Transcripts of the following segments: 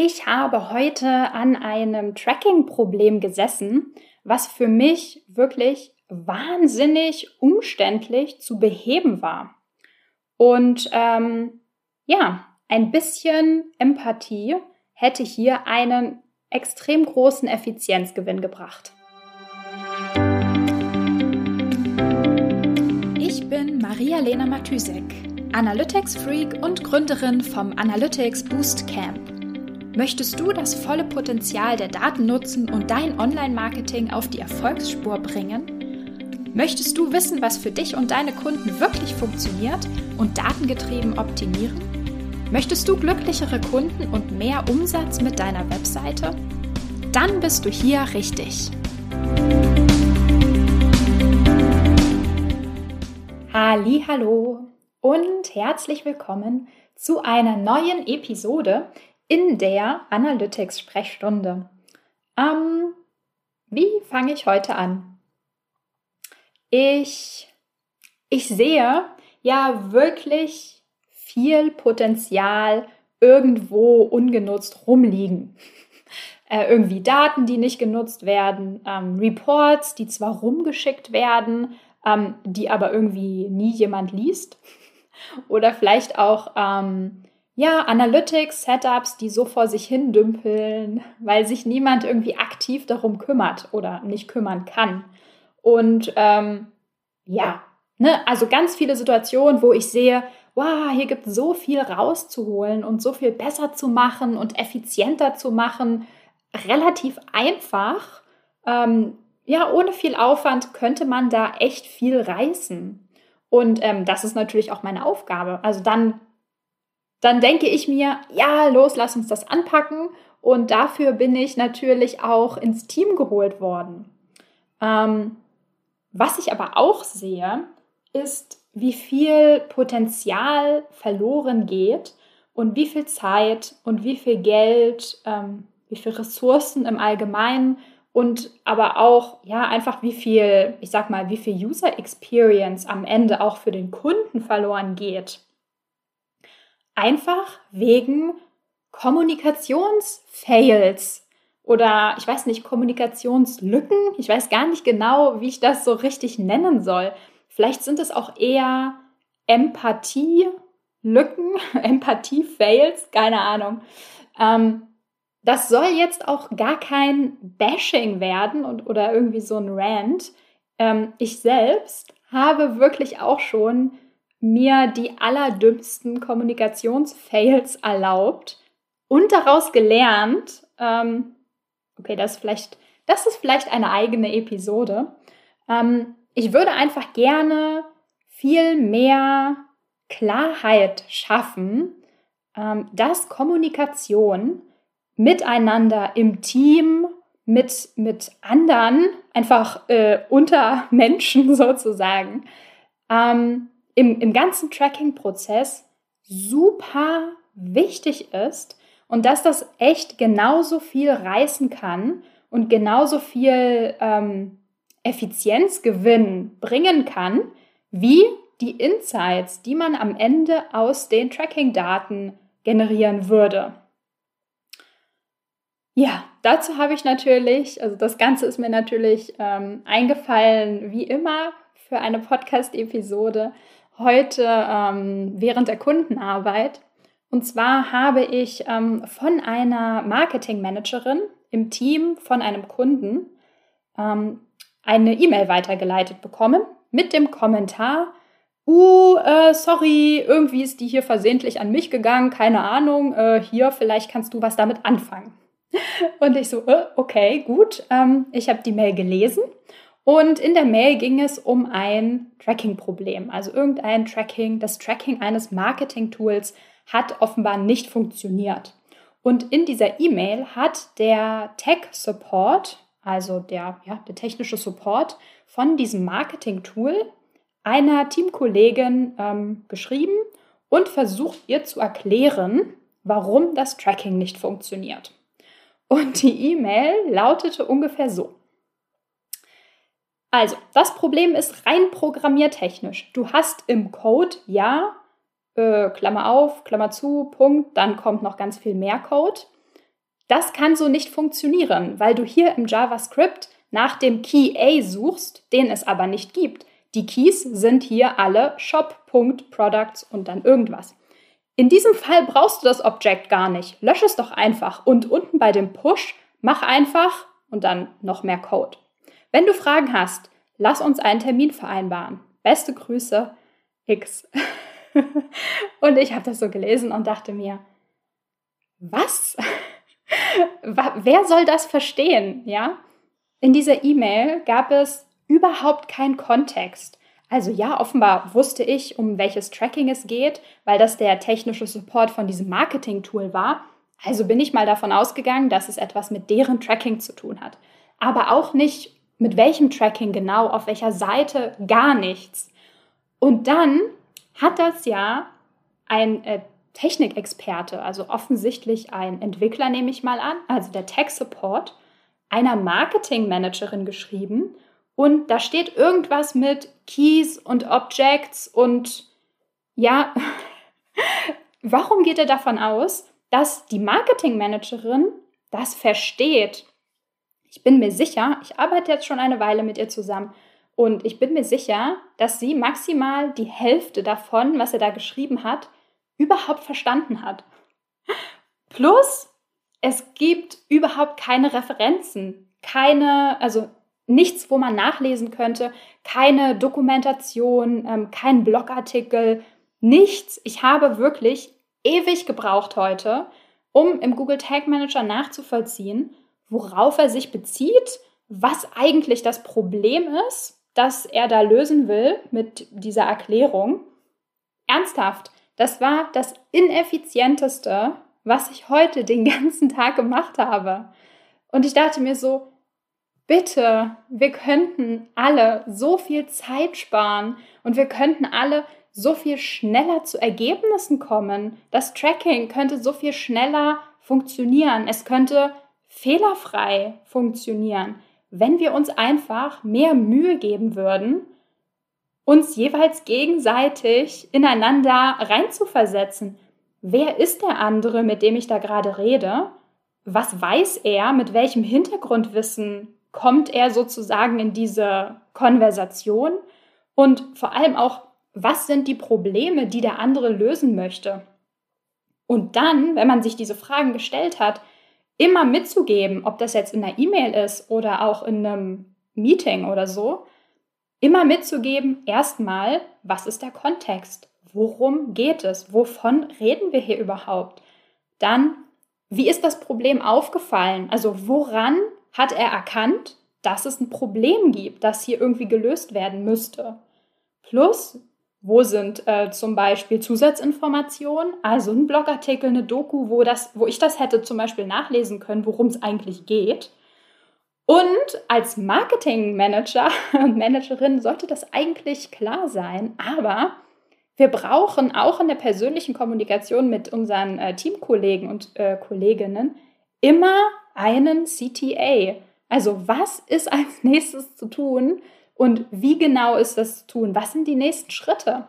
Ich habe heute an einem Tracking-Problem gesessen, was für mich wirklich wahnsinnig umständlich zu beheben war. Und ein bisschen Empathie hätte hier einen extrem großen Effizienzgewinn gebracht. Ich bin Maria-Lena Matysek, Analytics-Freak und Gründerin vom Analytics Boost Camp. Möchtest du das volle Potenzial der Daten nutzen und dein Online-Marketing auf die Erfolgsspur bringen? Möchtest du wissen, was für dich und deine Kunden wirklich funktioniert und datengetrieben optimieren? Möchtest du glücklichere Kunden und mehr Umsatz mit deiner Webseite? Dann bist du hier richtig. Hallihallo und herzlich willkommen zu einer neuen Episode in der Analytics-Sprechstunde. Wie fange ich heute an? Ich sehe ja wirklich viel Potenzial irgendwo ungenutzt rumliegen. Irgendwie Daten, die nicht genutzt werden, Reports, die zwar rumgeschickt werden, die aber irgendwie nie jemand liest. Oder vielleicht auch Analytics-Setups, die so vor sich hin dümpeln, weil sich niemand irgendwie aktiv darum kümmert oder nicht kümmern kann. Und also ganz viele Situationen, wo ich sehe, wow, hier gibt es so viel rauszuholen und so viel besser zu machen und effizienter zu machen. Relativ einfach. Ohne viel Aufwand könnte man da echt viel reißen. Und das ist natürlich auch meine Aufgabe. Also dann denke ich mir, ja, los, lass uns das anpacken. Und dafür bin ich natürlich auch ins Team geholt worden. Was ich aber auch sehe, ist, wie viel Potenzial verloren geht und wie viel Zeit und wie viel Geld, wie viel Ressourcen im Allgemeinen und aber auch, einfach wie viel User Experience am Ende auch für den Kunden verloren geht. Einfach wegen Kommunikationsfails oder, Kommunikationslücken. Ich weiß gar nicht genau, wie ich das so richtig nennen soll. Vielleicht sind es auch eher Empathielücken, Empathie-Fails, keine Ahnung. Das soll jetzt auch gar kein Bashing werden oder irgendwie so ein Rant. Ich selbst habe wirklich auch schon mir die allerdümmsten Kommunikationsfails erlaubt und daraus gelernt. Das ist vielleicht eine eigene Episode. Ich würde einfach gerne viel mehr Klarheit schaffen, dass Kommunikation miteinander im Team, mit anderen, einfach unter Menschen sozusagen, im ganzen Tracking-Prozess super wichtig ist und dass das echt genauso viel reißen kann und genauso viel Effizienzgewinn bringen kann, wie die Insights, die man am Ende aus den Tracking-Daten generieren würde. Ja, dazu habe ich natürlich, also das Ganze ist mir natürlich eingefallen, wie immer, für eine Podcast-Episode heute während der Kundenarbeit. Und zwar habe ich von einer Marketingmanagerin im Team von einem Kunden eine E-Mail weitergeleitet bekommen mit dem Kommentar, sorry, irgendwie ist die hier versehentlich an mich gegangen, keine Ahnung, hier, vielleicht kannst du was damit anfangen. Und ich so, okay, gut, ich habe die Mail gelesen und in der Mail ging es um ein Tracking-Problem, also das Tracking eines Marketing-Tools hat offenbar nicht funktioniert. Und in dieser E-Mail hat der Tech-Support, also der technische Support von diesem Marketing-Tool einer Teamkollegin geschrieben und versucht ihr zu erklären, warum das Tracking nicht funktioniert. Und die E-Mail lautete ungefähr so. Also, das Problem ist rein programmiertechnisch. Du hast im Code, Klammer auf, Klammer zu, Punkt, dann kommt noch ganz viel mehr Code. das kann so nicht funktionieren, weil du hier im JavaScript nach dem Key A suchst, den es aber nicht gibt. Die Keys sind hier alle shop.products und dann irgendwas. In diesem Fall brauchst du das Object gar nicht. Lösch es doch einfach und unten bei dem Push mach einfach und dann noch mehr Code. Wenn du Fragen hast, lass uns einen Termin vereinbaren. Beste Grüße, X. Und ich habe das so gelesen und dachte mir, was? Wer soll das verstehen? Ja? In dieser E-Mail gab es überhaupt keinen Kontext. Also ja, offenbar wusste ich, um welches Tracking es geht, weil das der technische Support von diesem Marketing-Tool war. Also bin ich mal davon ausgegangen, dass es etwas mit deren Tracking zu tun hat. Aber auch nicht mit welchem Tracking genau, auf welcher Seite, gar nichts. Und dann hat das ja ein Technikexperte, also offensichtlich ein Entwickler, nehme ich mal an, also der Tech-Support, einer Marketing-Managerin geschrieben. Und da steht irgendwas mit Keys und Objects und ja, warum geht er davon aus, dass die Marketingmanagerin das versteht? Ich bin mir sicher, ich arbeite jetzt schon eine Weile mit ihr zusammen und ich bin mir sicher, dass sie maximal die Hälfte davon, was er da geschrieben hat, überhaupt verstanden hat. Plus, es gibt überhaupt keine Referenzen, also nichts, wo man nachlesen könnte, keine Dokumentation, kein Blogartikel, nichts. Ich habe wirklich ewig gebraucht heute, um im Google Tag Manager nachzuvollziehen, worauf er sich bezieht, was eigentlich das Problem ist, das er da lösen will mit dieser Erklärung. Ernsthaft, das war das Ineffizienteste, was ich heute den ganzen Tag gemacht habe. Und ich dachte mir so, bitte, wir könnten alle so viel Zeit sparen und wir könnten alle so viel schneller zu Ergebnissen kommen. Das Tracking könnte so viel schneller funktionieren. Es könnte fehlerfrei funktionieren, wenn wir uns einfach mehr Mühe geben würden, uns jeweils gegenseitig ineinander reinzuversetzen. Wer ist der andere, mit dem ich da gerade rede? Was weiß er? Mit welchem Hintergrundwissen kommt er sozusagen in diese Konversation? Und vor allem auch, was sind die Probleme, die der andere lösen möchte? Und dann, wenn man sich diese Fragen gestellt hat, immer mitzugeben, ob das jetzt in einer E-Mail ist oder auch in einem Meeting oder so, immer mitzugeben, erstmal, was ist der Kontext? Worum geht es? Wovon reden wir hier überhaupt? Dann, wie ist das Problem aufgefallen? Also woran hat er erkannt, dass es ein Problem gibt, das hier irgendwie gelöst werden müsste? Plus, wo sind zum Beispiel Zusatzinformationen, also ein Blogartikel, eine Doku, wo ich das hätte zum Beispiel nachlesen können, worum es eigentlich geht. Und als Marketingmanager und Managerin sollte das eigentlich klar sein, aber wir brauchen auch in der persönlichen Kommunikation mit unseren Teamkollegen und Kolleginnen immer einen CTA. Also was ist als nächstes zu tun und wie genau ist das zu tun? Was sind die nächsten Schritte?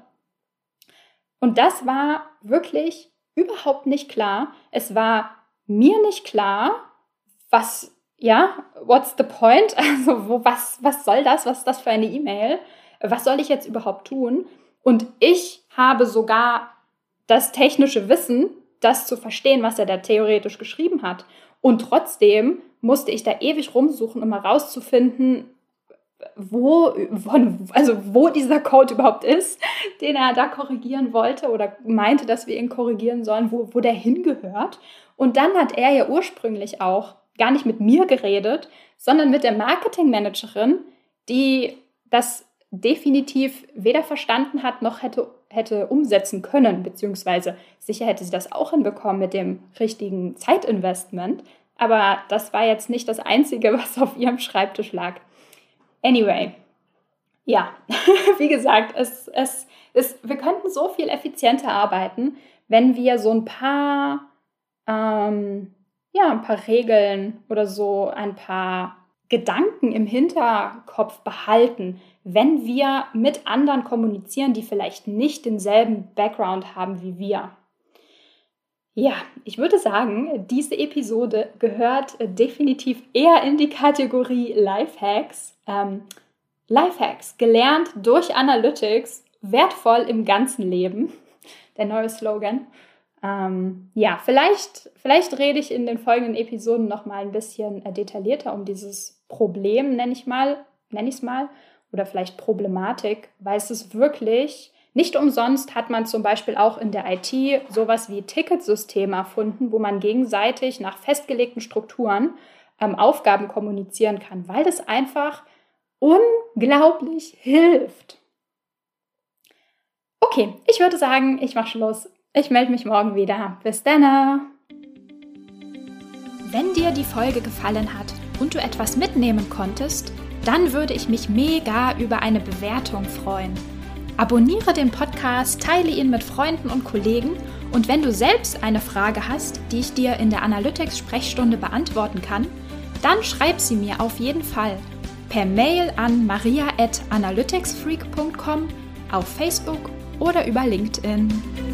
Und das war wirklich überhaupt nicht klar. Es war mir nicht klar, what's the point? Also was soll das? Was ist das für eine E-Mail? Was soll ich jetzt überhaupt tun? Und ich habe sogar das technische Wissen, das zu verstehen, was er da theoretisch geschrieben hat. Und trotzdem musste ich da ewig rumsuchen, um herauszufinden, wo dieser Code überhaupt ist, den er da korrigieren wollte oder meinte, dass wir ihn korrigieren sollen, wo der hingehört. Und dann hat er ja ursprünglich auch gar nicht mit mir geredet, sondern mit der Marketingmanagerin, die das definitiv weder verstanden hat, noch hätte umsetzen können, beziehungsweise sicher hätte sie das auch hinbekommen mit dem richtigen Zeitinvestment. Aber das war jetzt nicht das Einzige, was auf ihrem Schreibtisch lag. Anyway, ja, wie gesagt, wir könnten so viel effizienter arbeiten, wenn wir so ein paar Regeln oder so ein paar Gedanken im Hinterkopf behalten, wenn wir mit anderen kommunizieren, die vielleicht nicht denselben Background haben wie wir. Ja, ich würde sagen, diese Episode gehört definitiv eher in die Kategorie Lifehacks. Lifehacks, gelernt durch Analytics, wertvoll im ganzen Leben. Der neue Slogan. Vielleicht rede ich in den folgenden Episoden noch mal ein bisschen detaillierter um dieses Problem, nenne ich es mal, oder vielleicht Problematik, weil es ist wirklich, nicht umsonst hat man zum Beispiel auch in der IT sowas wie Ticketsysteme erfunden, wo man gegenseitig nach festgelegten Strukturen Aufgaben kommunizieren kann, weil das einfach unglaublich hilft. Okay, ich würde sagen, ich mache Schluss. Ich melde mich morgen wieder. Bis dann. Wenn dir die Folge gefallen hat und du etwas mitnehmen konntest, dann würde ich mich mega über eine Bewertung freuen. Abonniere den Podcast, teile ihn mit Freunden und Kollegen und wenn du selbst eine Frage hast, die ich dir in der Analytics-Sprechstunde beantworten kann, dann schreib sie mir auf jeden Fall per Mail an maria@analyticsfreak.com, auf Facebook oder über LinkedIn.